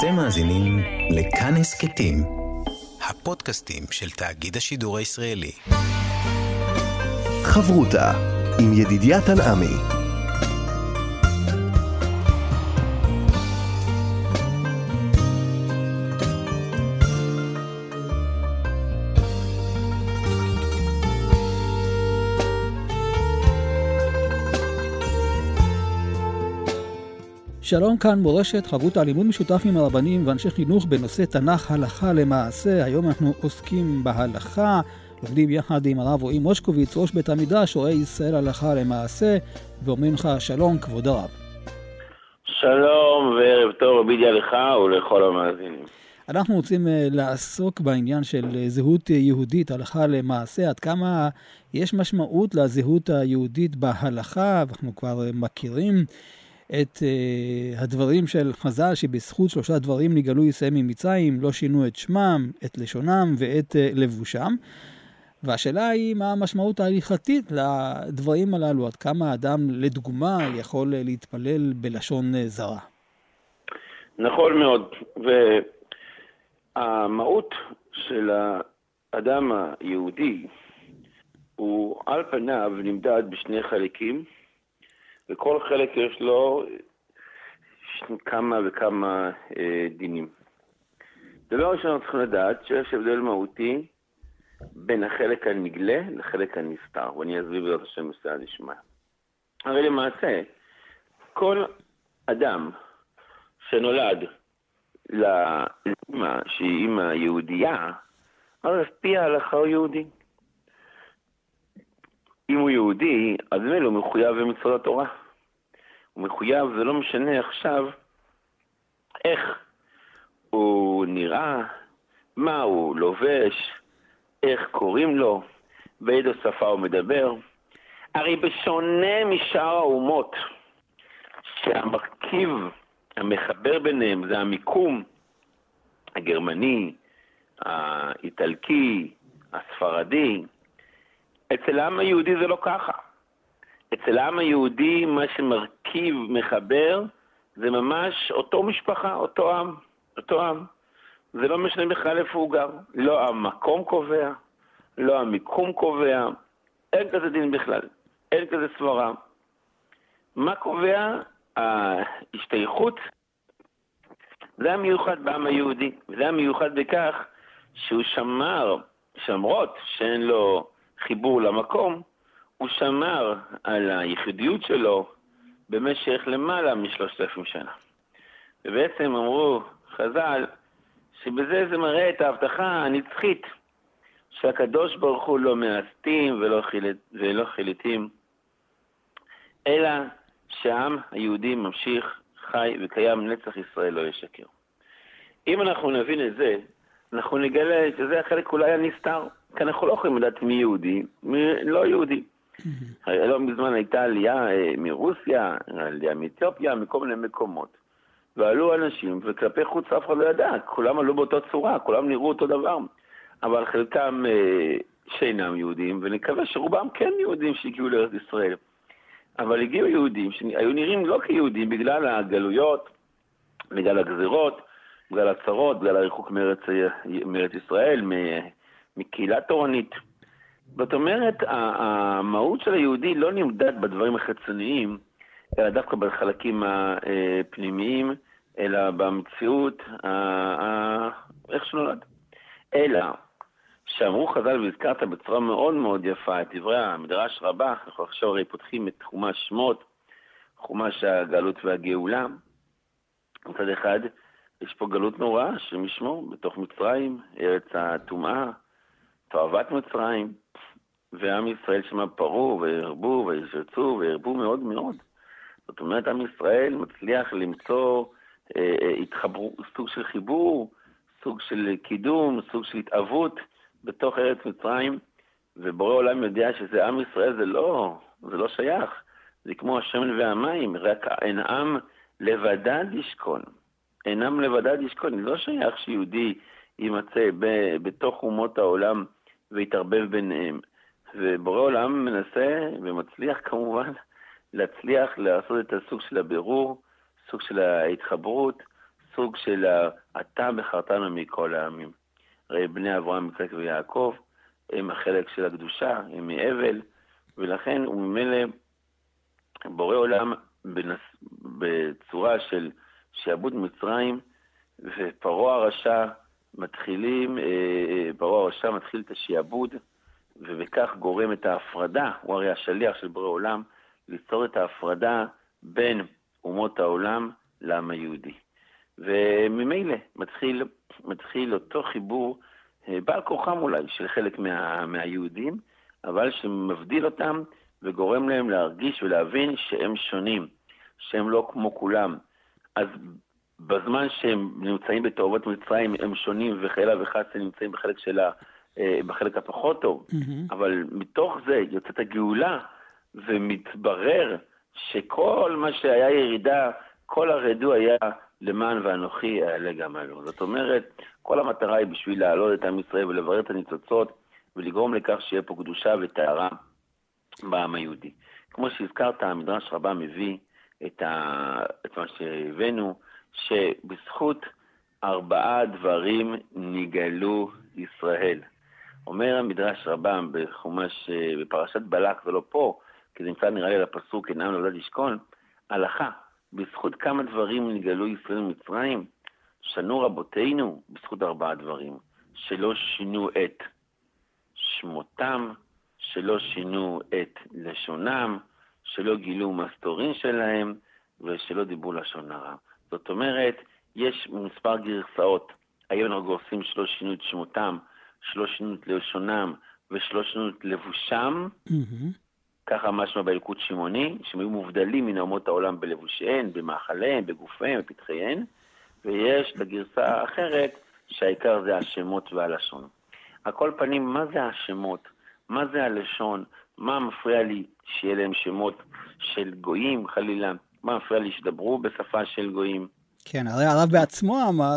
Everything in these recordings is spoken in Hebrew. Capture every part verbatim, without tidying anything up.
אתם מאזינים לכאן הסכתים, הפודקאסטים של תאגיד השידור הישראלי. חברותה עם ידידיה תנעמי. שלום, כאן מורשת, חברותה, לימוד משותף עם הרבנים ואנשי חינוך בנושא תנ"ך הלכה למעשה. היום אנחנו עוסקים בהלכה, לומדים יחד עם הרב רועי מושקוביץ, ראש בית המדרש, רואה ישראל הלכה למעשה, ואומרים לך שלום כבוד הרב. שלום וערב טוב רבידיה לך ולכל המאזינים. אנחנו רוצים לעסוק בעניין של זהות יהודית, הלכה למעשה, עד כמה יש משמעות לזהות היהודית בהלכה, ואנחנו כבר מכירים את uh, הדברים של חז"ל, שבזכות שלושה דברים נגאלו ישראל ממצרים, לא שינו את שמם, את לשונם ואת uh, לבושם. והשאלה היא מה המשמעות ההלכתית לדברים הללו, עד כמה האדם לדוגמה יכול להתפלל בלשון זרה. נכון מאוד, והמהות של האדם היהודי הוא על פניו נמדד בשני חלקים, וכל חלק יש לו כמה וכמה אה, דינים. דבר ראשון, אנחנו צריכים לדעת שיש הבדל מהותי בין החלק הנגלה לחלק הנסתר, ואני אסביר בעזרת השם בסייעתא דשמיא. הרי למעשה, כל אדם שנולד לאמא שהיא אמא יהודייה, הרי פי ההלכה הוא יהודי. אם הוא יהודי, אז מילא הוא מחויב במצוות התורה. הוא מחויב, זה לא משנה עכשיו איך הוא נראה, מה הוא לובש, איך קוראים לו, באיזו שפה הוא מדבר. הרי בשונה משאר האומות, שהמרכיב המחבר ביניהם זה המיקום הגרמני, האיטלקי, הספרדי, אצל העם היהודי זה לא ככה. אצל העם היהודי מה שמרכיב מחבר זה ממש אותו משפחה, אותו עם, אותו עם. זה לא משנה בכלל איפה הוא גר. לא המקום קובע, לא המיקום קובע, אין כזה דין בכלל, אין כזה סברה. מה קובע? ההשתייכות. זה המיוחד בעם היהודי, וזה המיוחד בכך שהוא שמר, שמרות שאין לו חיבור למקום, הוא שמר על הייחודיות שלו במשך למעלה משלושת אלפים שנה. ובעצם אמרו חז"ל שבזה זה מראה את ההבטחה הנצחית שהקדוש ברוך הוא לא מאסתים ולא, חילט, ולא חיליטים, אלא שהעם היהודי ממשיך חי וקיים, נצח ישראל לא ישקר. אם אנחנו נבין את זה, אנחנו נגלה שזה החלק אולי הנסתר, כי אנחנו לא יכולים לדעת מי יהודי, מי לא יהודי. לא מזמן הייתה עלייה מרוסיה, עלייה מאתיופיה, מכל מיני מקומות. ועלו אנשים, וכלפי חוץ אף אחד לא ידע, כולם עלו באותה צורה, כולם נראו אותו דבר. אבל חלקם שאינם יהודים, ונקווה שרובם כן יהודים שהגיעו לארץ ישראל. אבל הגיעו יהודים שהיו נראים לא כיהודים בגלל הגלויות, בגלל הגזירות, בגלל הצרות, בגלל הריחוק מארץ, מארץ ישראל, מקהילה תורנית. זאת אומרת, המהות של היהודי לא נמדד בדברים החיצוניים, אלא דווקא בחלקים הפנימיים, אלא במציאות, איך שנולד. אלא, שאמרו חז"ל והזכרת בצורה מאוד מאוד יפה את דברי המדרש רבה, אנחנו עכשיו הרי פותחים את חומש שמות, חומש הגלות והגאולה. מצד אחד, יש פה גלות נוראה שמשמו בתוך מצרים, ארץ הטומאה, תועבת מצרים, ועם ישראל שמה פרו והרבו וישרצו והרבו מאוד מאוד. זאת אומרת, עם ישראל מצליח למצוא אה, התחברו, סוג של חיבור, סוג של קידום, סוג של התאבות בתוך ארץ מצרים, ובורא עולם יודע שזה עם ישראל, זה לא, זה לא שייך. זה כמו השמן והמים, רק אין עם לבדד ישכון. אין עם לבדד ישכון, זה לא שייך שיהודי יימצא ב, בתוך אומות העולם ויתערבב ביניהם. ובורא עולם מנסה ומצליח כמובן להצליח לעשות את הסוג של הבירור, סוג של ההתחברות, הפסוק של אתה בחרתנו מכל העמים. הרי בני אברהם, יצחק ויעקב הם החלק של הקדושה, הם מאבל, ולכן הוא ממילא בורא עולם בנס... בצורה של שעבוד מצרים, ופרעה הרשע מתחילים, פרעה הרשע מתחיל את השעבוד, ובכך גורם את ההפרדה, הוא הרי השליח של בורא עולם, ליצור את ההפרדה בין אומות העולם לעם היהודי. וממילא מתחיל, מתחיל אותו חיבור, בעל כוחם אולי, של חלק מה, מהיהודים, אבל שמבדיל אותם וגורם להם להרגיש ולהבין שהם שונים, שהם לא כמו כולם. אז בזמן שהם נמצאים בתאוות מצרים, הם שונים, וחילה וחסה נמצאים בחלק שלה, בחלק הפחות טוב. Mm-hmm. אבל מתוך זה יוצאת הגאולה, ומתברר שכל מה שהיה ירידה, כל הרדו היה למען ואנוכי אעלה גם עלו. זאת אומרת, כל המטרה היא בשביל להעלות את עם ישראל ולברר את הניצוצות, ולגרום לכך שיהיה פה קדושה וטהרה בעם היהודי. כמו שהזכרת, המדרש רבה מביא את, ה... את מה שהבאנו, שבזכות ארבעה דברים נגאלו ישראל. אומר המדרש רבם בחומש, בפרשת בלק, ולא פה, כי זה נמצא נראה לי לפסוק, אינם נולד לשכון, הלכה, בזכות כמה דברים נגאלו ישראל ממצרים, שנו רבותינו בזכות ארבעה דברים, שלא שינו את שמותם, שלא שינו את לשונם, שלא גילו מסתורין שלהם, ושלא דיברו לשון הרע. זאת אומרת, יש מספר גרסאות, היום אנחנו עושים שלא שינו את שמותם, שלא שינו את לשונם, ושלא שינו את לבושם, mm-hmm. ככה משמע באלקוט שמעוני, שהם היו מובדלים מן אומות העולם בלבושיהן, במאכליהן, בגופיהן, בפתחיהן, ויש את הגרסה האחרת, שהעיקר זה השמות והלשון. על כל פנים, מה זה השמות? מה זה הלשון? מה מפריע לי שיהיה להם שמות של גויים, חלילה? מה מפריע לי שדברו בשפה של גויים? כן, הרי הרב בעצמו אמר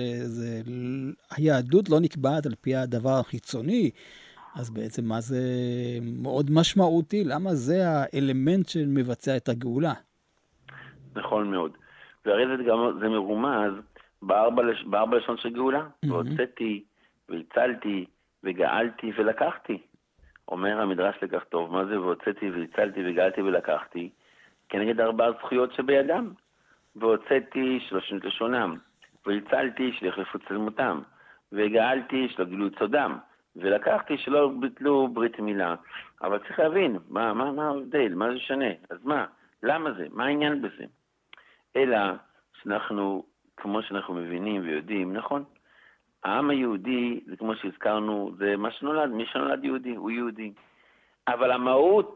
שהיהדות לא נקבעת על פי הדבר החיצוני, אז בעצם מה זה מאוד משמעותי? למה זה האלמנט שמבצע את הגאולה? נכון מאוד. והרי זה גם, זה מרומז בארבע, בארבע לשון של גאולה. Mm-hmm. והוצאתי, והצלתי, וגאלתי ולקחתי. אומר המדרש לכך טוב, מה זה והוצאתי, והצלתי, וגאלתי ולקחתי? כנגד ארבע זכויות שבידם. והוצאתי שלושים לשונם, והצלתי שיחלפו צלמותם, וגאלתי שלא גילו את סודם, ולקחתי שלא ביטלו ברית מילה. אבל צריך להבין, מה, מה, מה ההבדל? מה זה שונה? אז מה? למה זה? מה העניין בזה? אלא שאנחנו, כמו שאנחנו מבינים ויודעים, נכון? העם היהודי, זה כמו שהזכרנו, זה מה שנולד, מי שנולד יהודי, הוא יהודי. אבל המהות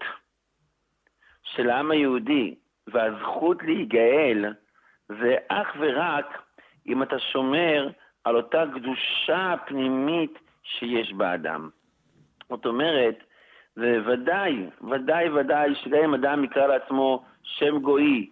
של העם היהודי, והזכות להיגאל, זה אך ורק אם אתה שומר על אותה קדושה פנימית שיש באדם. זאת אומרת, זה ודאי, ודאי, ודאי, שגם אם אדם יקרא לעצמו שם גוי,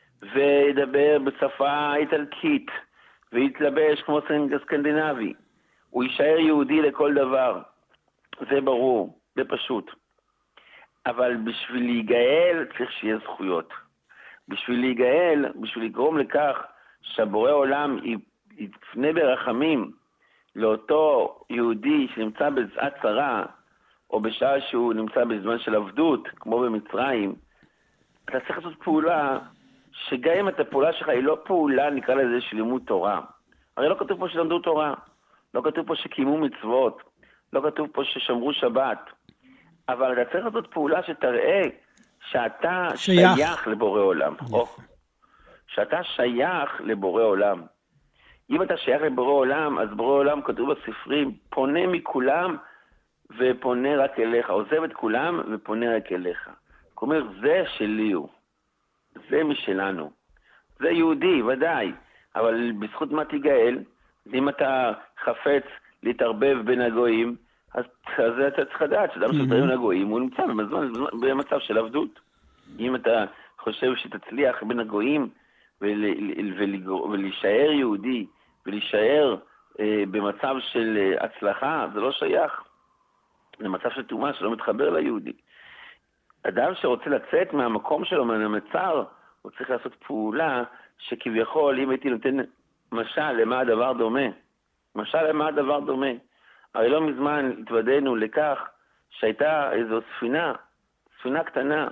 וידבר בשפה איטלקית, ויתלבש כמו סקנדינבי, הוא יישאר יהודי לכל דבר. זה ברור, זה פשוט. אבל בשביל להיגאל צריך שיהיה זכויות. בשביל להיגאל, בשביל לגרום לכך שהבורא עולם יפנה ברחמים לאותו יהודי שנמצא בזעת צרה, או בשעה שהוא נמצא בזמן של עבדות, כמו במצרים, אתה צריך לעשות פעולה, שגם אם את הפעולה שלך היא לא פעולה, נקרא לזה של לימוד תורה. הרי לא כתוב פה שלמדו תורה, לא כתוב פה שקיימו מצוות, לא כתוב פה ששמרו שבת, אבל אתה צריך לעשות פעולה שתראה שאתה שייך, שייך לבורא עולם. או, שאתה שייך לבורא עולם. אם אתה שייך לבורא עולם, אז בורא עולם כתוב בספרים, פונה מכולם ופונה רק אליך. עוזב את כולם ופונה רק אליך. הוא אומר, זה שלי הוא. זה משלנו. זה יהודי, ודאי. אבל בזכות מה תיגאל, אם אתה חפץ להתערבב בין הגויים, אז, אז אתה צריך לדעת שאדם mm-hmm. שתראים לגויים, הוא נמצא במזמן, במצב של עבדות. אם אתה חושב שתצליח בין הגויים ול, ול, ולהישאר יהודי, ולהישאר אה, במצב של אה, הצלחה, זה לא שייך. זה מצב של תאומה שלא מתחבר ליהודי. אדם שרוצה לצאת מהמקום שלו, מהמצר, הוא צריך לעשות פעולה שכביכול, אם הייתי נותן משל למה הדבר דומה? משל למה הדבר דומה? הרי לא מזמן התוודענו לכך שהייתה איזו ספינה, ספינה קטנה,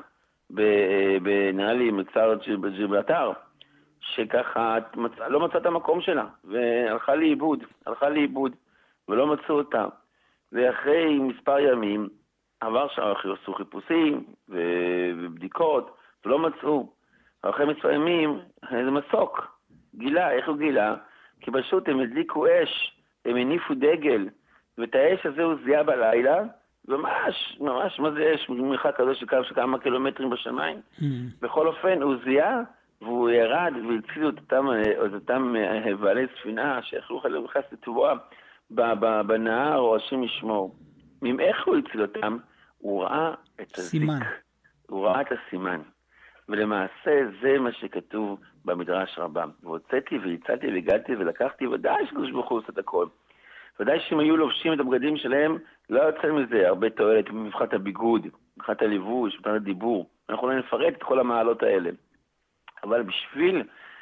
נראה לי מצר ג'יברלטר, שככה מצא, לא מצא את המקום שלה, והלכה לאיבוד, הלכה לאיבוד, ולא מצאו אותה. ואחרי מספר ימים, עבר שם, עשו חיפושים ובדיקות, ולא מצאו. אחרי מספר ימים, איזה מסוק, גילה, איך הוא גילה? כי פשוט הם הדליקו אש, הם הניפו דגל, ואת האש הזה הוא זיהה בלילה, ממש, ממש, מה זה אש? מרחק כזה של כמה קילומטרים בשמיים. בכל אופן, הוא זיהה, והוא ירד והצילו את אותם, את אותם בעלי ספינה שיכלו בכלל לטבוע בנהר או השם ישמור. ממאיך הוא הציל אותם? הוא ראה את הזיק. סימן. הוא ראה את הסימן. ולמעשה זה מה שכתוב במדרש רבה. והוצאתי והצלתי והגעתי ולקחתי, ודאי שקדוש ברוך הוא עושה את הכל. ודאי שאם היו לובשים את הבגדים שלהם, לא יוצא מזה הרבה תועלת מבחינת הביגוד, מבחינת הליבוש, מבחינת הדיבור. אנחנו לא נפרט את כל המעלות האלה. אבל בשביל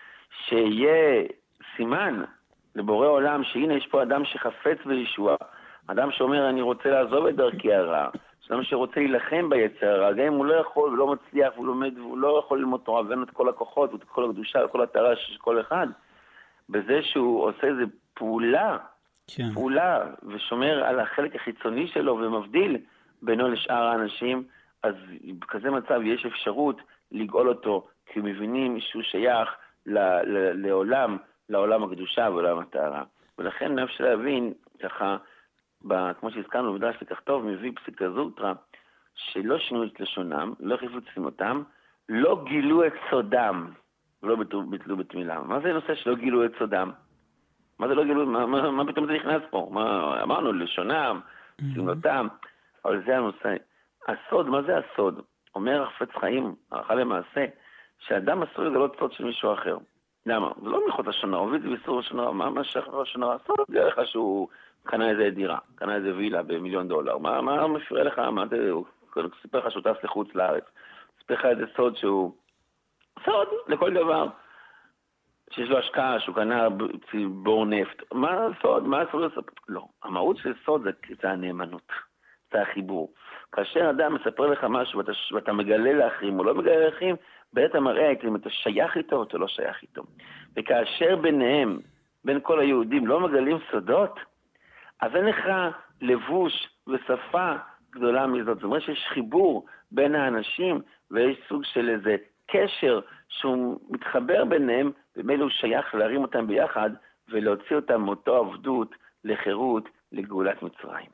שיהיה סימן לבורא עולם, שהנה יש פה אדם שחפץ בישוע, אדם שאומר אני רוצה לעזוב את דרכי הרע, אדם שרוצה להילחם ביצר הרע, גם אם הוא לא יכול ולא מצליח והוא לומד והוא לא יכול ללמוד תורה ואין את כל הכוחות ואת כל הקדושה וכל התורה של כל אחד, בזה שהוא עושה איזו פעולה, כן. פעולה ושומר על החלק החיצוני שלו ומבדיל בינו לשאר האנשים, אז בכזה מצב יש אפשרות לגאול אותו, כי מבינים שהוא שייך ל- ל- לעולם, לעולם הקדושה ועולם הטהרה. ולכן נפש להבין, ככה, ב- כמו שהזכרנו, בדרש לכתוב, מביא פסיקה זוטרה, שלא שינו את לשונם, לא חיפוצים אותם, לא גילו את סודם, ולא ביטלו בתמילה. מה זה הנושא שלא גילו את סודם? מה זה לא גילו, מה, מה, מה פתאום זה נכנס פה? מה, אמרנו, לשונם, סמלותם, אבל זה הנושא. הסוד, מה זה הסוד? אומר החפץ חיים, הלכה למעשה, שאדם אסור לגלות סוד של מישהו אחר. למה? זה לא מלכות השונה, עובד ואיסור השונה, מה, מה שחר השונה? הסוד זה לך שהוא קנה איזה דירה, קנה איזה וילה במיליון דולר. מה, מה מפריע לך? מה זה, הוא סיפר לך שהוא טס לחוץ לארץ. סיפר לך איזה סוד שהוא... סוד לכל דבר. שיש לו השקעה, שהוא קנה בור נפט. מה הסוד? מה הסוד? לא. המהות של סוד זה, זה הנאמנות. זה החיבור. כאשר אדם מספר לך משהו ואתה, ואתה מגלה לאחרים או לא מגלה לאחרים, בעת המראה אם אתה שייך איתו או אתה לא שייך איתו. וכאשר ביניהם, בין כל היהודים, לא מגלים סודות, אז אין לך לבוש ושפה גדולה מזאת. זאת אומרת שיש חיבור בין האנשים ויש סוג של איזה קשר שהוא מתחבר ביניהם, ומילא הוא שייך להרים אותם ביחד ולהוציא אותם מאותו עבדות לחירות לגאולת מצרים.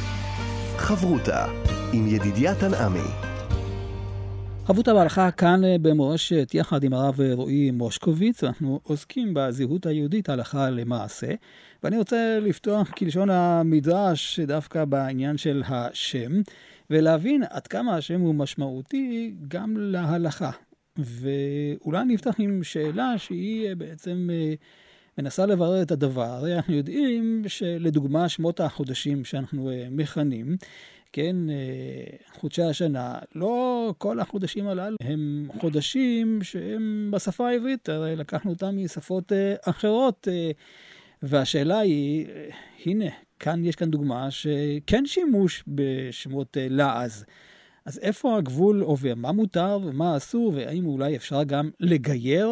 חברותה עם ידידיה תנעמי. חברותה בהלכה כאן במורשת יחד עם הרב רועי מושקוביץ, אנחנו עוסקים בזהות היהודית הלכה למעשה, ואני רוצה לפתוח כלשון המדרש דווקא בעניין של השם, ולהבין עד כמה השם הוא משמעותי גם להלכה. ואולי נפתח עם שאלה שהיא בעצם מנסה לברר את הדבר. הרי אנחנו יודעים שלדוגמה שמות החודשים שאנחנו מכנים, כן, חודשי השנה, לא כל החודשים הללו הם חודשים שהם בשפה העברית, הרי לקחנו אותם משפות אחרות, והשאלה היא, הנה, כאן יש כאן דוגמה שכן שימוש בשמות לעז. אז איפה הגבול עובר? מה מותר ומה אסור, והאם אולי אפשר גם לגייר?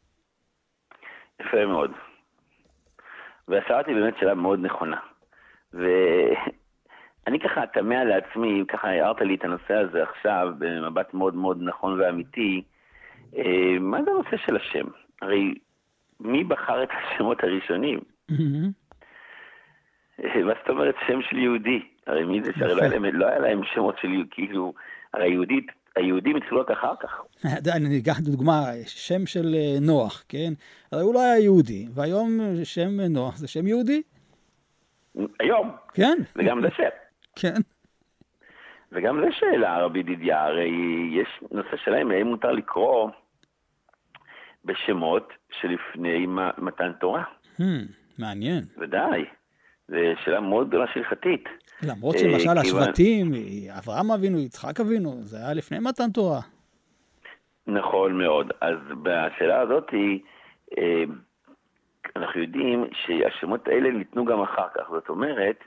יפה מאוד. והשאלתי באמת שאלה מאוד נכונה. ואני ככה תמה לעצמי, ככה הערת לי את הנושא הזה עכשיו, במבט מאוד מאוד נכון ואמיתי, מה זה הנושא של השם? הרי מי בחר את השמות הראשונים? מה זאת אומרת שם של יהודי? הרי מי זה שהרי לא היה להם, לא היה להם שמות של יהודי, כאילו, הרי היהודית, היהודים התחילו רק אחר כך. אני אקח דוגמה, שם של נוח, כן? הרי הוא לא היה יהודי, והיום שם נוח זה שם יהודי? היום. כן. וגם זה שם. כן. וגם זה שאלה, רבי ידידיה, הרי יש נושא שלהם, האם מותר לקרוא בשמות שלפני מתן תורה. מעניין. ודאי. זו שאלה מאוד גדולה הלכתית. למרות שלמשל השבטים, אברהם אבינו, יצחק אבינו, זה היה לפני מתן תורה. נכון מאוד. אז בשאלה הזאת, אנחנו יודעים שהשמות האלה ניתנו גם אחר כך. זאת אומרת,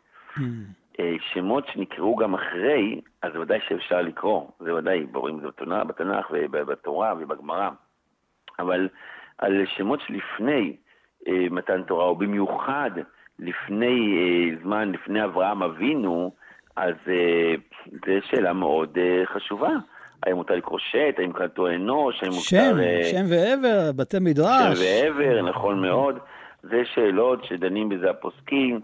שמות שנקראו גם אחרי, אז ודאי שאפשר לקרוא. זה ודאי, ברורים, זה בתנ"ך ובתורה ובגמרא. אבל על שמות שלפני מתן תורה, או במיוחד לפני זמן, לפני אברהם אבינו, אז זו שאלה מאוד חשובה. האם מותר לקרוא שט, האם קראתו אנוש, האם שם, מותר... שם ועבר, בתי מדרש. שם ועבר, נכון מאוד. זה שאלות שדנים בזה הפוסקים.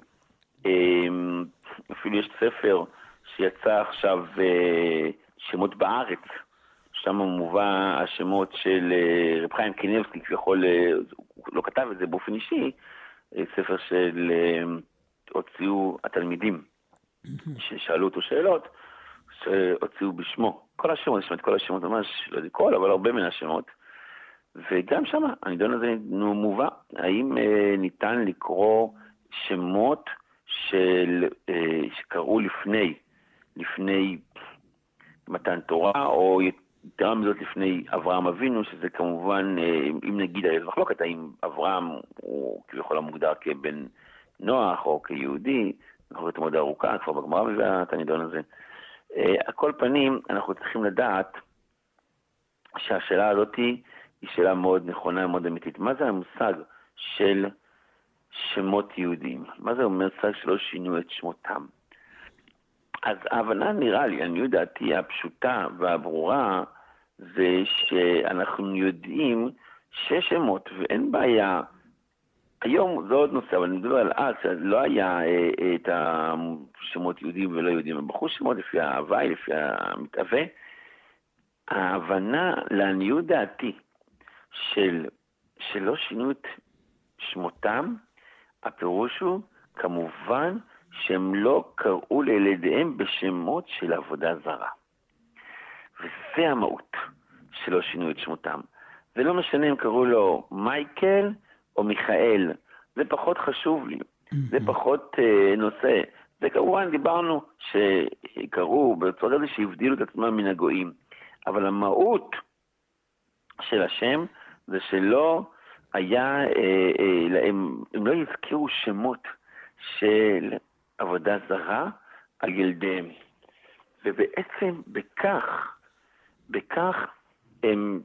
אפילו יש ספר שיצא עכשיו שמות בארץ. שם מובא השמות של רב חיים קניבסקי, כביכול, הוא לא כתב את זה באופן אישי, ספר של הוציאו התלמידים, ששאלו אותו שאלות, שהוציאו בשמו. כל השמות, יש את כל השמות, ממש לא יודע כל, אבל הרבה מן השמות. וגם שם, הנידון הזה מובא, האם ניתן לקרוא שמות של, שקראו לפני, לפני מתן תורה, או יותר מזאת לפני אברהם אבינו, שזה כמובן, אם נגיד, יש מחלוקת, האם אברהם הוא כביכול המוגדר כבן נוח או כיהודי, מחלוקת מאוד ארוכה, כבר בגמרא מביאה את הנידון הזה. על כל פנים, אנחנו צריכים לדעת שהשאלה הזאת היא שאלה מאוד נכונה, מאוד אמיתית. מה זה המושג של שמות יהודים? מה זה אומר מושג שלא שינו את שמותם? אז ההבנה נראה לי, אני יודעתי, הפשוטה והברורה, זה שאנחנו יודעים שיש שמות, ואין בעיה. היום זה עוד נושא, אבל אני מדבר על אז, לא היה אה, את השמות יהודים ולא יהודים. הם בחרו שמות לפי ההוואי, לפי המתהווה. ההבנה לעניות דעתי של שלא שינו את שמותם, הפירוש הוא כמובן שהם לא קראו לילדיהם בשמות של עבודה זרה. וזה המהות שלא שינו את שמותם. זה לא משנה אם קראו לו מייקל או מיכאל. זה פחות חשוב לי. זה פחות uh, נושא. זה כמובן דיברנו שקראו בצורה כזה שהבדילו את עצמם מן הגויים. אבל המהות של השם זה שלא היה, אה, אה, הם, הם לא יזכירו שמות של עבודה זרה על ילדיהם. ובעצם בכך, בכך הם,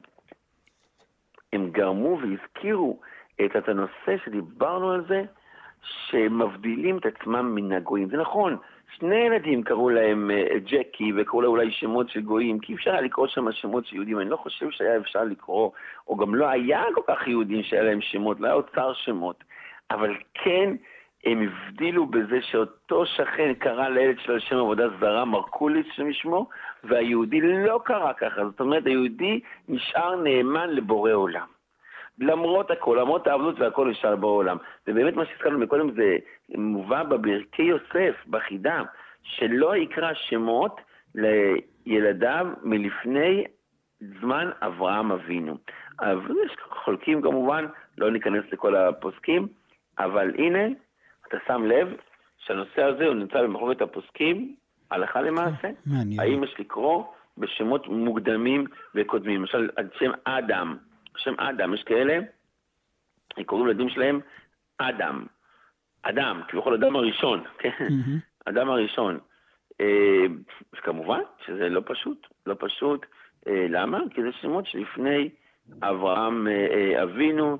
הם גרמו והזכירו את, את הנושא שדיברנו על זה, שמבדילים את עצמם מן הגויים. זה נכון, שני ילדים קראו להם uh, ג'קי, וקראו לה אולי שמות של גויים, כי אפשר היה לקרוא שם שמות של יהודים. אני לא חושב שהיה אפשר לקרוא, או גם לא היה כל כך יהודים שהיה להם שמות, לא היה אוצר שמות. אבל כן, הם הבדילו בזה שאותו שכן קרא לילד של שם עבודה זרה, מרקוליס שמשמו, והיהודי לא קרא ככה. זאת אומרת, היהודי נשאר נאמן לבורא עולם. למרות הכל, למרות העבדות והכל נשאר בעולם. ובאמת מה שהזכרנו מקודם זה מובא בברכי יוסף, בחידה, שלא יקרא שמות לילדיו מלפני זמן אברהם אבינו. אבל יש חולקים כמובן, לא ניכנס לכל הפוסקים, אבל הנה, אתה שם לב שהנושא הזה הוא נמצא במחלוקת הפוסקים, הלכה למעשה. האם יש לקרוא בשמות מוקדמים וקודמים? למשל, שם אדם. שם אדם, יש כאלה, קוראים לילדים שלהם אדם. אדם, כביכול אדם הראשון, כן? Mm-hmm. אדם הראשון. אה, כמובן שזה לא פשוט, לא פשוט. אה, למה? כי זה שמות שלפני אברהם אה, אבינו,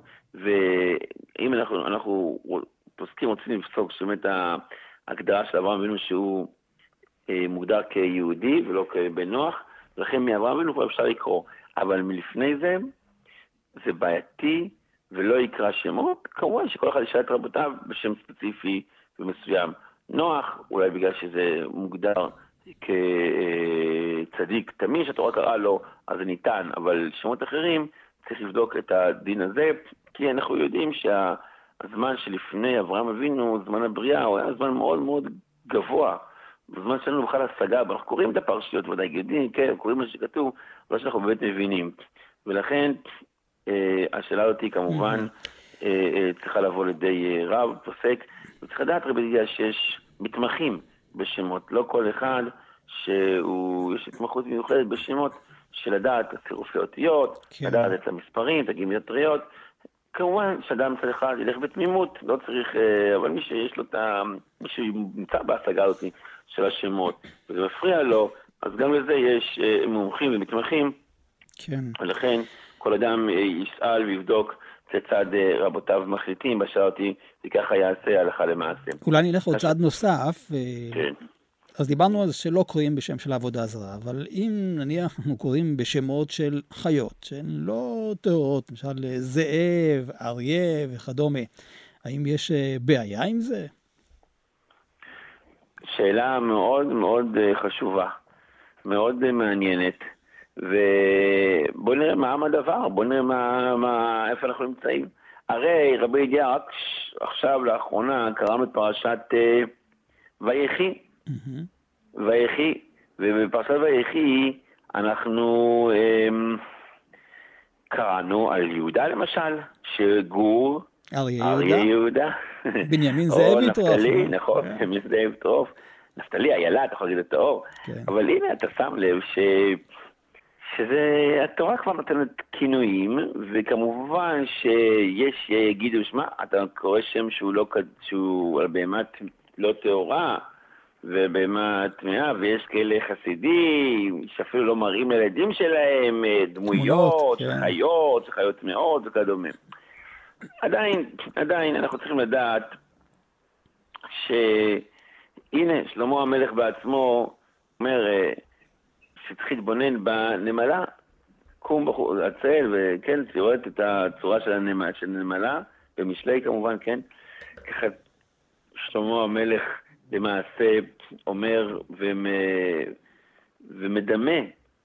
ואם אנחנו, אנחנו פוסקים רוצים לפסוק שבאמת ההגדרה של אברהם אבינו שהוא אה, מוגדר כיהודי ולא כבן נוח, לכן מאברהם אבינו כבר אפשר לקרוא. אבל מלפני זה, זה בעייתי ולא יקרא שמות, כמובן שכל אחד ישאל את רבותיו בשם ספציפי ומסוים. נוח, אולי בגלל שזה מוגדר כצדיק תמיד, שהתורה קראה לו, אז זה ניתן, אבל שמות אחרים צריך לבדוק את הדין הזה, כי אנחנו יודעים שהזמן שלפני אברהם אבינו, זמן הבריאה, הוא היה זמן מאוד מאוד גבוה, בזמן שלנו בכלל השגה, אנחנו קוראים את הפרשיות ודאי יודעים, כן, קוראים מה שכתוב, אבל שאנחנו באמת מבינים. ולכן, השאלה אותי כמובן צריכה לבוא לידי רב, פוסק, וצריך לדעת רבי ידידיה שיש מתמחים בשמות, לא כל אחד שהוא, יש התמחות מיוחדת בשמות של לדעת את צירופי אותיות, לדעת את המספרים, את הגימטריות, כמובן שאדם צריך ללך בתמימות, לא צריך, אבל מי שיש לו את ה... מי שנמצא בהשגה הזאת של השמות, וזה מפריע לו, אז גם לזה יש מומחים ומתמחים, כן. ולכן כל אדם ישאל ויבדוק כיצד רבותיו מחליטים, בשעה אותי, וככה יעשה הלכה למעשה. אולי נלך עוד צעד נוסף. כן. אז דיברנו על זה שלא קוראים בשם של העבודה הזרה, אבל אם נניח אנחנו קוראים בשמות של חיות, שהן לא טהורות, למשל זאב, אריה וכדומה, האם יש בעיה עם זה? שאלה מאוד מאוד חשובה, מאוד מעניינת, ובוא נראה מה הדבר, בוא נראה מה, מה, איפה אנחנו נמצאים. הרי רבי ידיעה רק עכשיו לאחרונה קראנו את פרשת uh, ויחי, mm-hmm. ויחי, ובפרשת ויחי אנחנו um, קראנו על יהודה למשל, שגור אריה אריה יהודה, יהודה. בנימין זאב יטרוף. או נפתלי, נכון, בנימין זאב יטרוף. נפתלי, איילה, אתה יכול להגיד את האור. כן. אבל הנה אתה שם לב ש... שזה, התורה כבר נותנת כינויים, וכמובן שיש יגידו, שמה, אתה קורא שם שהוא לא, שהוא באמת לא טהורה, ובהמה טמאה, ויש כאלה חסידים, שאפילו לא מראים לילדים שלהם, דמויות, כן. חיות, חיות טמאות וכדומה. עדיין, עדיין אנחנו צריכים לדעת שהנה, שלמה המלך בעצמו אומר, שצריך להתבונן בנמלה, קום בחור, הצל, וכן, רואה את הצורה של הנמלה, של הנמלה, במשלי כמובן, כן, ככה שלמה המלך למעשה אומר ומ... ומדמה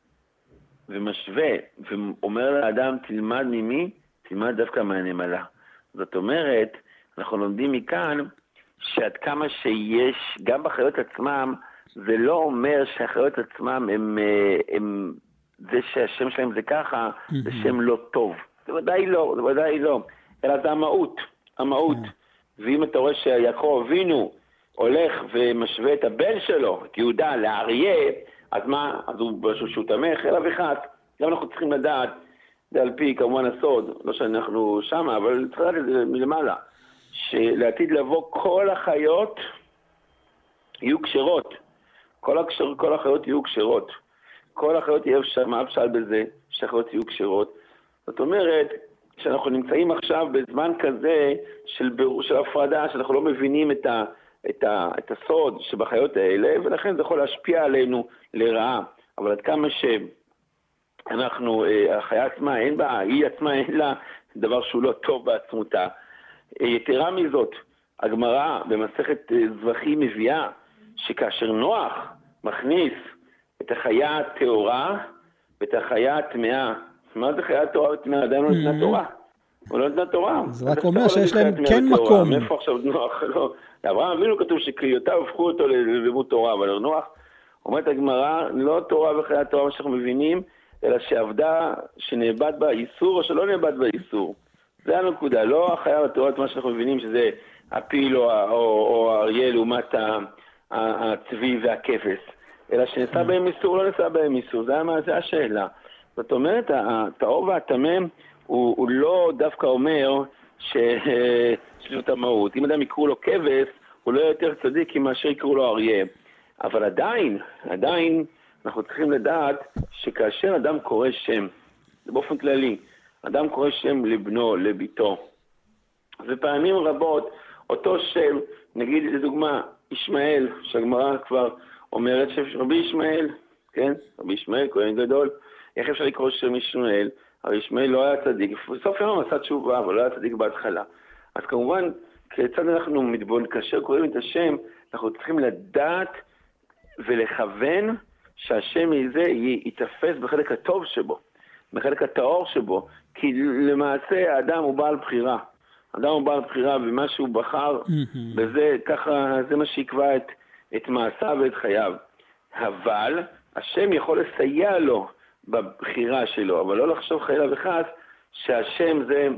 ומשווה, ואומר לאדם, תלמד ממי? תלמד דווקא מהנמלה. זאת אומרת, אנחנו לומדים מכאן, שעד כמה שיש, גם בחיות עצמם, זה לא אומר שהחיות עצמם הם, הם, זה שהשם שלהם זה ככה, זה שם לא טוב. זה ודאי לא, זה ודאי לא. אלא זה המהות, המהות. ואם אתה רואה שיעקב אבינו הולך ומשווה את הבן שלו, את יהודה, לאריה, אז מה? אז הוא שהוא תמך אליו אחד. גם אנחנו צריכים לדעת, זה על פי כמובן הסוד, לא שאנחנו שמה, אבל צריך לדעת את זה מלמעלה, שלעתיד לבוא כל החיות יהיו קשרות. כל, הקשר, כל החיות יהיו קשרות. כל החיות יהיו שם, מה אפשר בזה שהחיות יהיו קשרות? זאת אומרת, שאנחנו נמצאים עכשיו בזמן כזה של, של הפרדה, שאנחנו לא מבינים את, ה, את, ה, את הסוד שבחיות האלה, ולכן זה יכול להשפיע עלינו לרעה. אבל עד כמה שאנחנו, החיה עצמה, אין בה, היא עצמה אין לה דבר שהוא לא טוב בעצמותה. יתרה מזאת, הגמרא במסכת זבחים מביאה, שכאשר נוח מכניס את החיה הטהורה ואת החיה הטמאה, מה זה חיה טהורה וטמאה? עדיין לא נתנה תורה. הוא לא נתנה תורה. זה רק אומר שיש להם כן מקום. מאיפה עכשיו נוח? לא. לאברהם אבינו כתוב שקריאותיו הפכו אותו ללימוד תורה, אבל נוח, אומרת הגמרא, לא תורה וחיה טהורה מה שאנחנו מבינים, אלא שעבדה שנאבד בה איסור או שלא נאבד בה איסור. זה הנקודה, לא החיה הטהורה, מה שאנחנו מבינים שזה הפיל או, או, או האריה לעומת ה... הצבי והכבש, אלא שנעשה בהם איסור, לא נעשה בהם איסור, זה, זה השאלה. זאת אומרת, הטהור והטמא הוא, הוא לא דווקא אומר שזאת המהות. אם אדם יקראו לו כבש, הוא לא יותר צדיק מאשר יקראו לו אריה. אבל עדיין, עדיין אנחנו צריכים לדעת שכאשר אדם קורא שם, זה באופן כללי, אדם קורא שם לבנו, לביתו, ופעמים רבות אותו שם, נגיד לדוגמה, ישמעאל, שהגמרא כבר אומרת שרבי ישמעאל, כן? רבי ישמעאל, כהן גדול, איך אפשר לקרוא שם ישמעאל? הרי ישמעאל לא היה צדיק, בסוף יום עשה תשובה, אבל לא היה צדיק בהתחלה. אז כמובן, כיצד אנחנו מתבוננים, כאשר קוראים את השם, אנחנו צריכים לדעת ולכוון שהשם הזה יתפס בחלק הטוב שבו, בחלק הטהור שבו, כי למעשה האדם הוא בעל בחירה. אדם הוא בעל בחירה במה שהוא בחר, וזה ככה, זה מה שיקבע את, את מעשיו ואת חייו. אבל השם יכול לסייע לו בבחירה שלו, אבל לא לחשוב חלילה וחס שהשם זה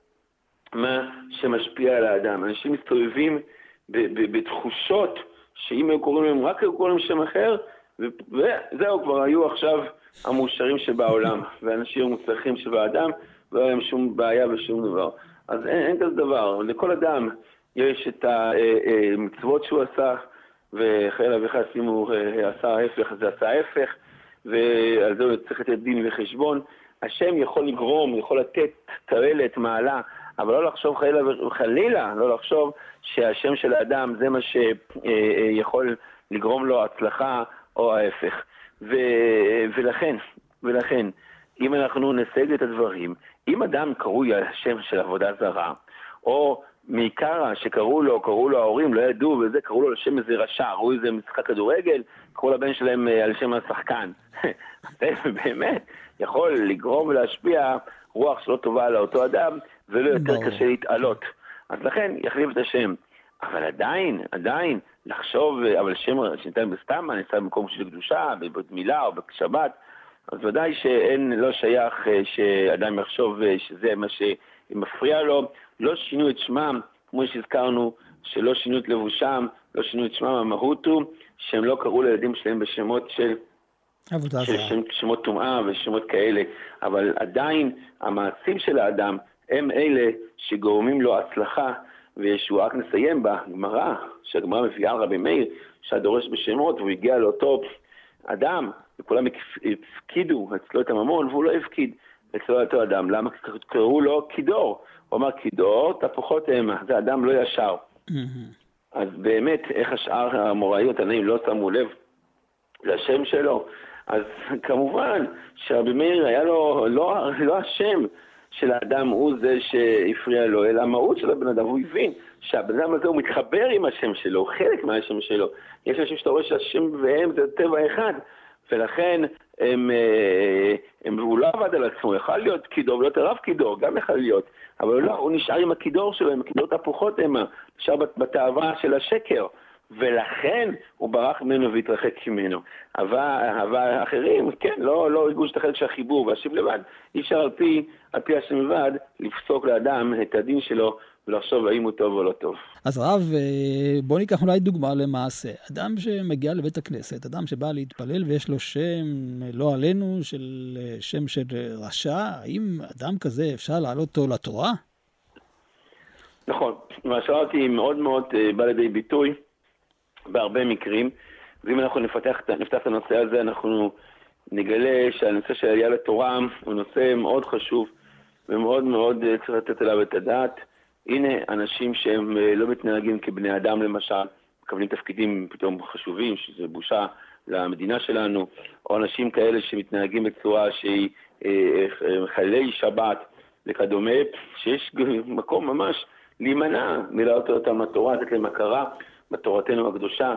מה שמשפיע על האדם. אנשים מסתובבים ב- ב- בתחושות שאם הם קוראים להם, רק הם קוראים להם שם אחר, וזהו, כבר היו עכשיו המאושרים שבעולם, ואנשים המוצלחים שבאדם, ולא היה להם שום בעיה ושום דבר. אז אין, אין כזה דבר. לכל אדם יש את המצוות שהוא עשה, וחיילה וחסים הוא עשה ההפך, אז זה עשה ההפך, ועל זה הוא צריך לתת דין וחשבון. השם יכול לגרום, יכול לתת תועלת, מעלה, אבל לא לחשוב חלילה וחלילה, לא לחשוב שהשם של האדם זה מה שיכול לגרום לו הצלחה או ההפך. ו, ולכן, ולכן, אם אנחנו נסייג את הדברים, אם אדם קרוי על השם של עבודה זרה, או מעיקרה שקראו לו, קראו לו ההורים, לא ידעו, וזה קראו לו על שם איזה רשע, ראו איזה משחק כדורגל, קראו לבן שלהם על שם השחקן. זה באמת יכול לגרום ולהשפיע רוח שלא טובה על אותו אדם, ולא יותר קשה להתעלות. אז לכן יחליף את השם. אבל עדיין, עדיין, לחשוב, אבל שם שניתן בסתם, נעשה במקום של קדושה, בבית מילה או בשבת, אז ודאי שאין, לא שייך שאדם יחשוב שזה מה שמפריע לו. לא שינו את שמם, כמו שהזכרנו, שלא שינו את לבושם, לא שינו את שמם, המהות הוא שהם לא קראו לילדים שלהם בשמות של, של שם, שמות טומאה ושמות כאלה. אבל עדיין המעשים של האדם הם אלה שגורמים לו הצלחה וישוע. רק נסיים בגמרא, שהגמרא מביאה על רבי מאיר, שהדורש בשמות, והוא הגיע לאותו אדם, וכולם הפקידו אצלו את הממון, והוא לא הפקיד אצלו אותו אדם. למה? קראו לו קידור. הוא אמר, קידור, תפוחות המה, זה אדם לא ישר. אז באמת, איך השאר המוראיות, הנאים לא שמו לב לשם שלו? אז כמובן שרבי מאיר היה לו, לא, לא השם של האדם הוא זה שהפריע לו, אלא המהות של הבן אדם. הוא הבין שהבן אדם הזה הוא מתחבר עם השם שלו, הוא חלק מהשם שלו. יש אנשים שאתה רואה שהשם והם זה טבע אחד, ולכן הם, הם, הוא לא עבד על עצמו, הוא יכול להיות קידור, ולא תרב קידור, גם יכול להיות, אבל לא, הוא נשאר עם הקידור שלו, עם הקידור תפוחות המה, נשאר בתאווה של השקר, ולכן הוא ברח ממנו והתרחק ממנו. אבל האחרים, כן, לא, לא הרגו את החלק של החיבור והשם לבד, אי אפשר על פי, על פי השם לבד לפסוק לאדם את הדין שלו, ולחשוב האם הוא טוב או לא טוב. אז רב, בוא ניקח אולי דוגמה למעשה. אדם שמגיע לבית הכנסת, אדם שבא להתפלל ויש לו שם, לא עלינו, של שם של רשע, האם אדם כזה אפשר להעלות אותו לתורה? נכון. מה שאלתי מאוד מאוד בא לידי ביטוי בהרבה מקרים, ואם אנחנו נפתח, נפתח את הנושא הזה, אנחנו נגלה שהנושא של העלייה לתורה הוא נושא מאוד חשוב, ומאוד מאוד צריך לתת עליו את הדעת. הנה אנשים שהם לא מתנהגים כבני אדם למשל, מקבלים תפקידים פתאום חשובים, שזה בושה למדינה שלנו, או אנשים כאלה שמתנהגים בצורה שהיא חללי שבת וכדומה, שיש מקום ממש להימנע מלהעלות אותם לתורה, לתת להם הכרה בתורתנו הקדושה.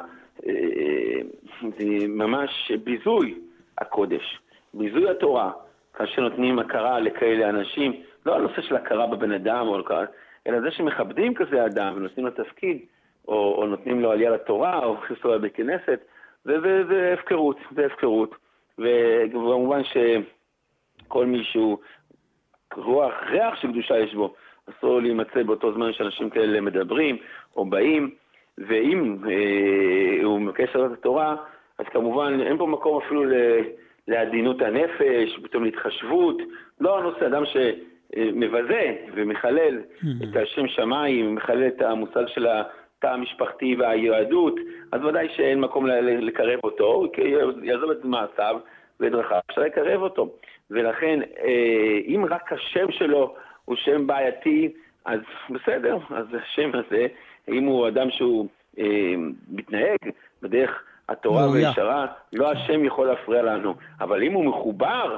זה ממש ביזוי הקודש, ביזוי התורה, כאשר נותנים הכרה לכאלה אנשים, לא הנושא של הכרה בבן אדם או הכרה, אלא זה שמכבדים כזה אדם ונותנים לו תפקיד, או, או נותנים לו עלייה לתורה, או חיסו לבית כנסת, זה, זה, זה הפקרות, זה הפקרות. וכמובן שכל מישהו, רוח, ריח של קדושה יש בו, אסור להימצא באותו זמן שאנשים כאלה מדברים או באים, ואם אה, הוא מבקש לעלות את התורה, אז כמובן אין פה מקום אפילו לעדינות הנפש, פתאום להתחשבות, לא הנושא אדם ש... מבזה ומחלל את השם שמיים, מחלל את המושג של התא המשפחתי והיהדות, אז ודאי שאין מקום לקרב אותו, כי יעזוב את מעשיו ואת דרכיו, אפשר לקרב אותו. ולכן, אם רק השם שלו הוא שם בעייתי, אז בסדר, אז השם הזה, אם הוא אדם שהוא מתנהג בדרך התורה והישרה, לא השם יכול להפריע לנו. אבל אם הוא מחובר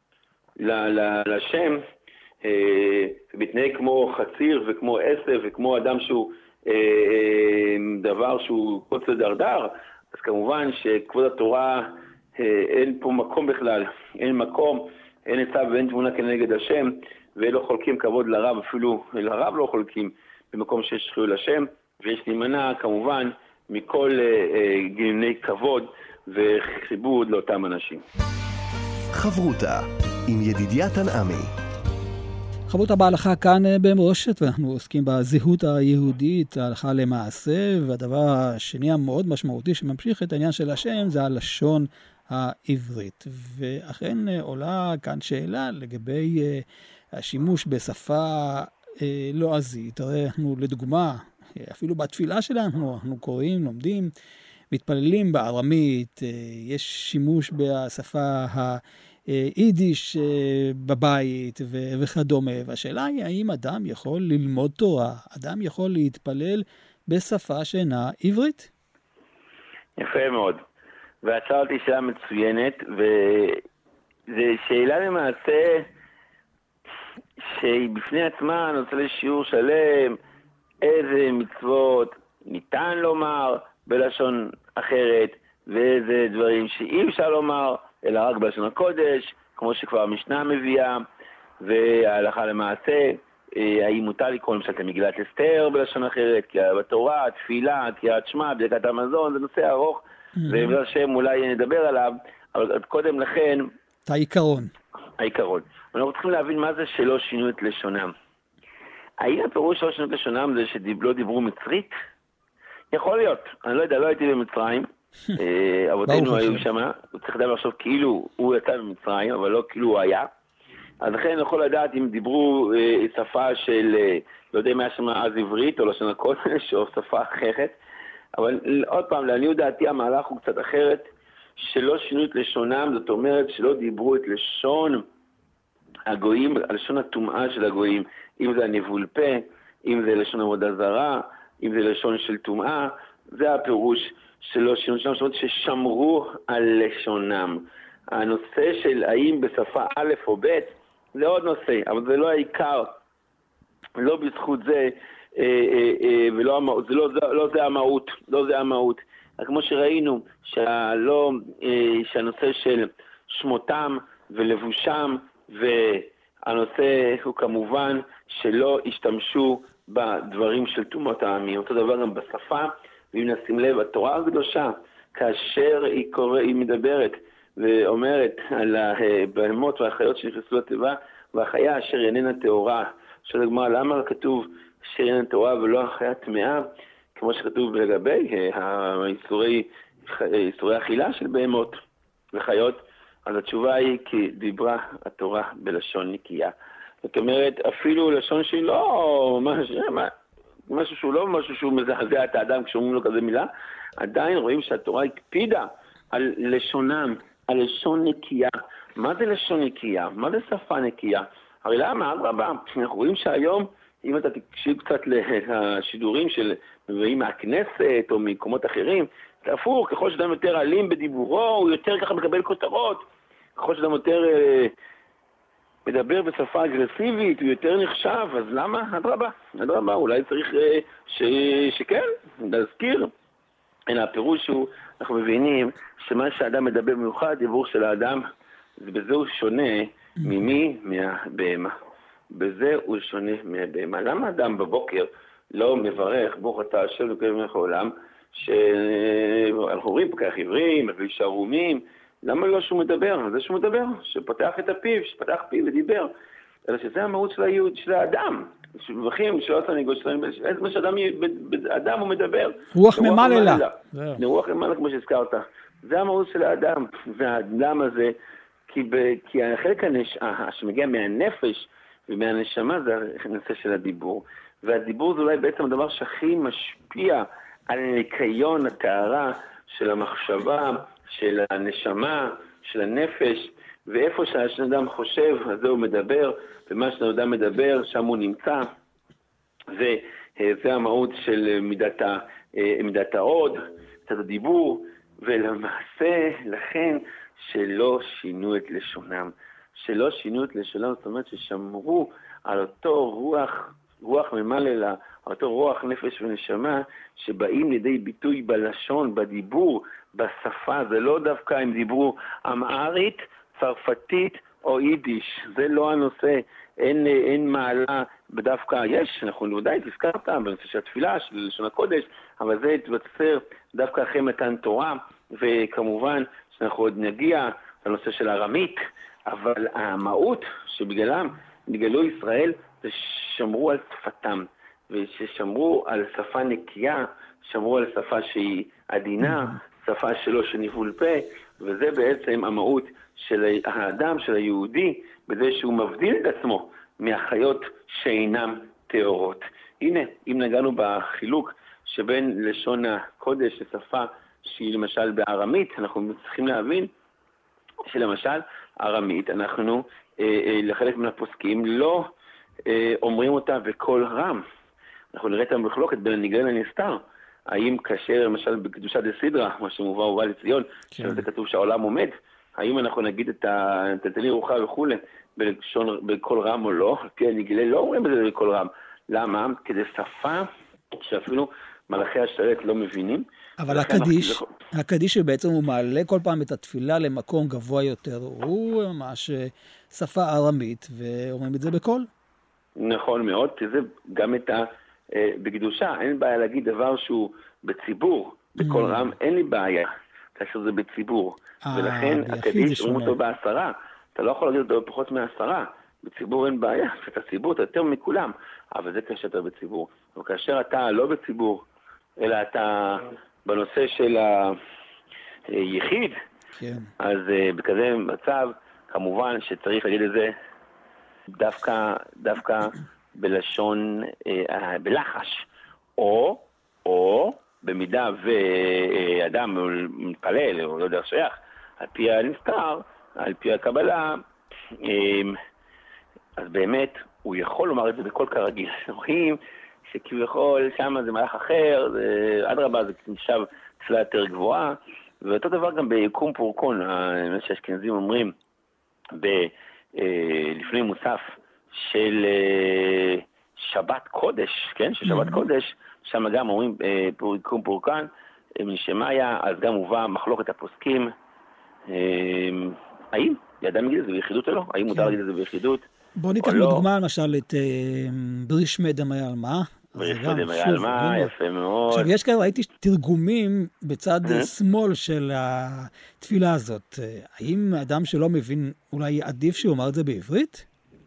לשם, מתנהג כמו חציר וכמו עשב וכמו אדם שהוא דבר שהוא קוצר דרדר, אז כמובן שכבוד התורה אין פה מקום בכלל, אין מקום, אין עצה ואין תמונה כנגד השם, ולא חולקים כבוד לרב, אפילו לרב לא חולקים במקום שיש חילול השם, ויש להימנע כמובן מכל גיני כבוד וחיבוד לאותם אנשים. חברותה עם ידידיה תנעמי. חברותה בהלכה כאן במורשת, ואנחנו עוסקים בזהות היהודית, ההלכה למעשה, והדבר השני המאוד משמעותי שממשיך את העניין של השם זה הלשון העברית. ואכן עולה כאן שאלה לגבי השימוש בשפה אה, לועזית. הרי אנחנו, לדוגמה, אפילו בתפילה שלנו, אנחנו קוראים, לומדים, מתפללים בארמית, אה, יש שימוש בשפה היידיש אה, בבית ו- וכדומה. והשאלה היא, האם אדם יכול ללמוד תורה, אדם יכול להתפלל בשפה שאינה עברית? יפה מאוד. ועצרתי שאלה מצוינת, וזו שאלה למעשה שהיא בפני עצמה, אני רוצה לשיעור שלם, איזה מצוות ניתן לומר בלשון אחרת, ואיזה דברים שאי אפשר לומר, אלא רק בלשון הקודש, כמו שכבר המשנה מביאה, וההלכה למעשה, האם מותר לקרוא למשל את מגילת אסתר בלשון אחרת, כי בתורה, תפילה, קריאת שמע, ברכת המזון, זה נושא ארוך, ובגלל שם אולי נדבר עליו, אבל קודם לכן... את העיקרון. העיקרון. אנחנו צריכים להבין מה זה שלא שינו את לשונם. האם הפירוש שלא שינו את לשונם זה שלא דיברו מצרית? יכול להיות. אני לא יודע, לא הייתי במצרים. אבותינו היו שם. הוא צריך לדעת לחשוב כאילו הוא יצא במצרים, אבל לא כאילו הוא היה. אז לכן אני יכול לדעת אם דיברו שפה של, לא יודע מה שם אז עברית, או לשון הקודש, או שפה אחרת. אבל עוד פעם, לעניות דעתי המהלך הוא קצת אחרת, שלא שינו את לשונם, זאת אומרת שלא דיברו את לשון הגויים, לשון הטומאה של הגויים, אם זה הניבול פה, אם זה לשון עבודה זרה, אם זה לשון של טומאה, זה הפירוש שלא שינו לשונם, זאת אומרת ששמרו על לשונם. הנושא של האם בשפה א' או ב' זה עוד נושא, אבל זה לא העיקר, לא בזכות זה, ולא זה לא, לא זה המהות, לא זה המהות. כמו שראינו, שלא, שהנושא של שמותם ולבושם, והנושא הוא כמובן שלא השתמשו בדברים של תומות העמים. אותו דבר גם בשפה, ואם נשים לב, התורה הקדושה, כאשר היא, קורא, היא מדברת ואומרת על הבהמות והחיות שנכנסו לתיבה, והחיה אשר איננה טהורה, שואלת הגמרא, למה כתוב אשר איננה טהורה ולא החיה טמאה? כמו שכתוב לגבי האיסורי, איסורי אכילה של בהמות וחיות, אז התשובה היא כי דיברה התורה בלשון נקייה. זאת אומרת, אפילו לשון שהיא לא משהו, משהו שהוא לא משהו שהוא מזעזע את האדם כשאומרים לו כזה מילה, עדיין רואים שהתורה הקפידה על לשונם, על לשון נקייה. מה זה לשון נקייה? מה זה שפה נקייה? הרי למה, אדרבה, אנחנו רואים שהיום, אם אתה תקשיב קצת לשידורים של מבאים מהכנסת או ממקומות אחרים, זה הפוך, ככל שאדם יותר אלים בדיבורו, הוא יותר ככה מקבל כותרות, ככל שאדם יותר אה, מדבר בשפה אגרסיבית, הוא יותר נחשב, אז למה? אדרבה, אדרבה, אולי צריך אה, ש, שכן, להזכיר. אלא הפירוש הוא, אנחנו מבינים שמה שהאדם מדבר במיוחד, דיבור של האדם, בזה הוא שונה ממי? מהבהמה. בזה הוא שונה מהבהמה. למה אדם בבוקר לא מברך, ברוך אתה השם אלוקינו מלך העולם, שאנחנו רואים פקח עברים, מביא שערומים, למה לא שהוא מדבר? זה שהוא מדבר, שפתח את הפיו, שפתח פיו ודיבר. אלא שזה המהות של היהוד, של האדם. שמבחים, שלא עשה ניגוד שלנו, איזה מה שאדם, אדם הוא מדבר. רוח ממללה. רוח ממללה, כמו שהזכרת. זה המהות של האדם. והאדם הזה, כי, ב, כי החלק הנש... שמגיע מהנפש ומהנשמה זה הנושא של הדיבור. והדיבור זה אולי בעצם הדבר שהכי משפיע על ניקיון הטהרה של המחשבה, של הנשמה, של הנפש, ואיפה שהאדם חושב, אז זה הוא מדבר, ומה שהאדם מדבר, שם הוא נמצא. וזה המהות של מידת, ה... מידת העוד, מידת הדיבור, ולמעשה לכן שלא שינו את לשונם. שלא שינו את לשונם, זאת אומרת ששמרו על אותו רוח, רוח ממללה, על אותו רוח נפש ונשמה, שבאים לידי ביטוי בלשון, בדיבור, בשפה. זה לא דווקא אם דיברו אמהרית, צרפתית או יידיש. זה לא הנושא. אין, אין מעלה בדווקא, יש, אנחנו ודאי תזכרת בנושא של התפילה, של לשון הקודש, אבל זה יתבצר דווקא אחרי מתן תורה, וכמובן שאנחנו עוד נגיע לנושא של ארמית, אבל המהות שבגללם נגלו ישראל זה שמרו על שפתם, וששמרו על שפה נקייה, שמרו על שפה שהיא עדינה, שפה שלו שניבול פה, וזה בעצם המהות של האדם, של היהודי, בזה שהוא מבדיל את עצמו מהחיות שאינם טהורות. הנה, אם נגענו בחילוק שבין לשון הקודש לשפה שהיא למשל בארמית, אנחנו צריכים להבין שלמשל ארמית, אנחנו אה, אה, לחלק מן הפוסקים לא אה, אומרים אותה בקול רם. אנחנו נראה את המחלוקת בין הנגלה לנסתר. האם כאשר למשל בקדושה דסדרה, מה שמובא ובא לציון, כן. שזה כתוב שהעולם עומד, האם אנחנו נגיד את תתני רוחה וכו' בלשון, בקול רם או לא? כי הנגלה לא אומרים את זה בקול רם. למה? כדי שפה שאפילו מלאכי השרת לא מבינים. אבל הקדיש, אנחנו... הקדיש שבעצם הוא מעלה כל פעם את התפילה למקום גבוה יותר, הוא ממש שפה ארמית, ואומרים את זה בקול. נכון מאוד, כי זה גם את ה... בקדושה, אין בעיה להגיד דבר שהוא בציבור, בקול רם אין לי בעיה, כאשר זה בציבור. ולכן הקדיש אומרים אותו בעשרה, אתה לא יכול להגיד אותו בפחות מעשרה, בציבור אין בעיה, כשאתה ציבור אתה יותר מכולם, אבל זה כאשר אתה בציבור. וכאשר אתה לא בציבור, אלא אתה בנושא של היחיד, אז בכזה מצב, כמובן שצריך להגיד את זה דווקא, דווקא בלשון, אה, בלחש, או, או, במידה ואדם מתפלל, או לא יודע שייך, על פי הנסתר, על פי הקבלה, אה, אז באמת, הוא יכול לומר את זה בכל כרגיל. רואים שכביכול שם זה מלאך אחר, זה, עד רבה זה נשאב צלה יותר גבוהה, ואותו דבר גם ביקום פורקון, מה שהאשכנזים אומרים, ב, אה, לפני מוסף, של uh, שבת קודש, כן? של שבת mm-hmm. קודש, שם גם אומרים uh, פורקום פורקן, משמאיה, אז גם הובא מחלוקת הפוסקים. Uh, האם? ידע מגיד את זה ביחידות או לא? האם מותר להגיד את זה ביחידות? בוא ניקח לדוגמה למשל את uh, בריש דמי עלמא. בריש דמי עלמא, יפה מאוד. עכשיו יש כאלה, ראיתי תרגומים בצד mm-hmm. שמאל של התפילה הזאת. האם אדם שלא מבין, אולי עדיף שהוא אומר את זה בעברית?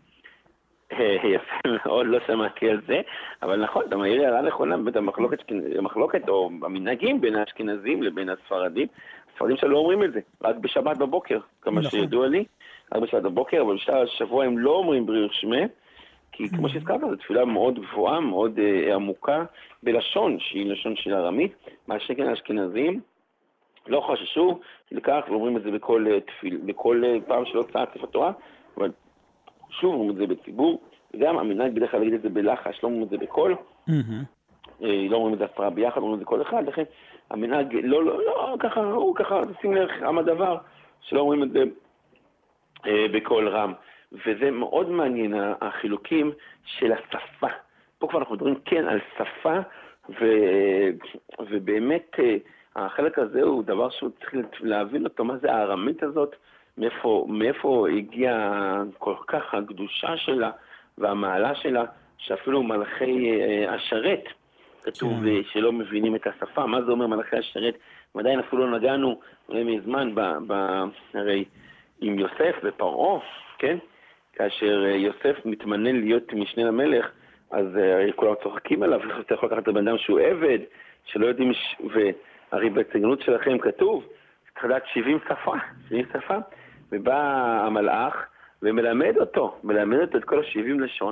יפה מאוד, לא שמעתי על זה, אבל נכון, אתה מעיר הערה נכונה, באמת המחלוקת, המחלוקת או המנהגים בין האשכנזים לבין הספרדים, הספרדים שלא אומרים את זה, רק בשבת בבוקר, כמה שידוע לי, רק בשבת בבוקר, אבל בשעה השבוע הם לא אומרים בריך שמי, כי כמו שהזכרת, זו תפילה מאוד גבוהה, מאוד עמוקה, בלשון, שהיא לשון של ארמית, מה שכן האשכנזים לא חששו לכך, ואומרים את זה בכל תפיל, בכל פעם שלא צעת ספר תורה, אבל שוב אומרים את זה בציבור, וגם המנהג בדרך כלל להגיד את זה בלחש, לא אומרים את זה בקול, לא אומרים את זה הפרעה ביחד, אומרים את זה כל אחד, לכן המנהג לא, לא, לא, ככה, הוא ככה, שים לך עם הדבר, שלא אומרים את זה בקול רם. וזה מאוד מעניין, החילוקים של השפה. פה כבר אנחנו מדברים כן על שפה, ו... ובאמת החלק הזה הוא דבר שהוא צריך להבין אותו, מה זה הארמית הזאת, מאיפה, מאיפה הגיעה כל כך הקדושה שלה והמעלה שלה, שאפילו מלאכי השרת, כתוב שלא מבינים את השפה. מה זה אומר מלאכי השרת? עדיין אפילו לא נגענו מזמן, ב, ב, הרי עם יוסף ופרעה, כן? כאשר יוסף מתמנה להיות משנה למלך, אז כולם צוחקים עליו, אתה יכול לקחת את הבן אדם שהוא עבד, שלא יודעים, ש... והרי בהצגנות שלכם כתוב, צריך לדעת שבעים שפה, שבעים שפה, ובא המלאך ומלמד אותו, מלמד אותו את כל השבעים לשון,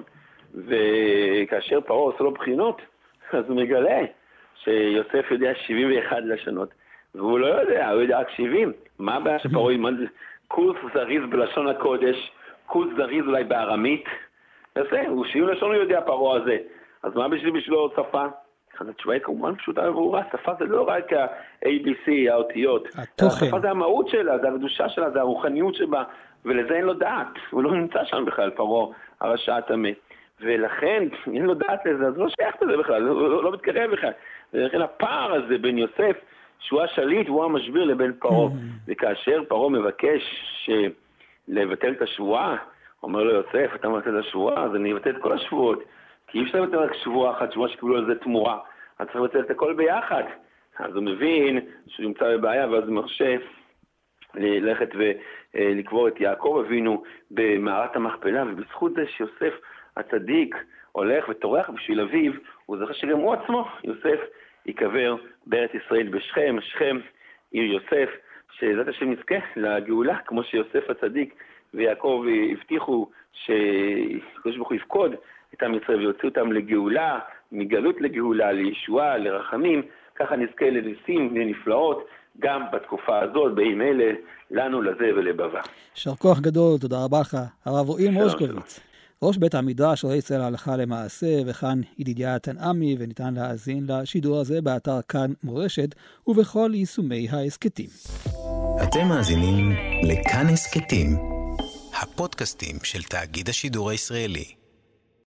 וכאשר פרעה עושה לו בחינות, אז הוא מגלה שיוסף יודע שבעים ואחת לשונות, והוא לא יודע, הוא יודע רק שבעים. מה הבעיה שפרעה ילמד קורס זריז בלשון הקודש, קורס זריז אולי בארמית? יפה, הוא שבעים לשון הוא יודע פרעה הזה. אז מה בשביל בשבילו שפה? אז התשובה היא כמובן פשוטה וברורה, שפה זה לא רק ה-A B C, האותיות. התוכן. השפה זה המהות שלה, זה הקדושה שלה, זה הרוחניות שבה, ולזה אין לו דעת. הוא לא נמצא שם בכלל, פרעה, הרשע הטמא. ולכן, אין לו דעת לזה, אז לא שייך לזה בכלל, לא, לא, לא מתקרב בכלל. ולכן הפער הזה בין יוסף, שהוא השליט, הוא המשביר לבין פרעה. וכאשר פרעה מבקש לבטל את השבועה, אומר לו יוסף, אתה מבטל את השבועה, אז אני אבטל את כל השבועות. כי אי אפשר לבטל רק שבועה אחת, שבועה שקיבלו על זה תמורה. אז צריך לבטל את הכל ביחד. אז הוא מבין שהוא נמצא בבעיה, ואז הוא מרשה ללכת ולקבור את יעקב אבינו במערת המכפלה, ובזכות זה שיוסף הצדיק הולך וטורח בשביל אביו, הוא זוכר שגם הוא עצמו, יוסף, יקבר בארץ ישראל בשכם, שכם, עיר יוסף, שזאת השם נזכה לגאולה, כמו שיוסף הצדיק ויעקב הבטיחו שקדוש ברוך הוא יפקוד את עם ישראל ויוציא אותם לגאולה, מגלות לגאולה, לישועה, לרחמים, ככה נזכה לניסים ונפלאות, גם בתקופה הזאת, בימים אלה, לנו, לזה ולבבה. יישר כוח גדול, תודה רבה לך, הרב רועי מושקוביץ. ראש בית המדרש אוהי ישראל הלכה למעשה, וכאן ידידיה תנעמי, וניתן להאזין לשידור הזה באתר כאן מורשת, ובכל יישומי ההסכתים. אתם מאזינים לכאן הסכתים, הפודקאסטים של תאגיד השידור הישראלי.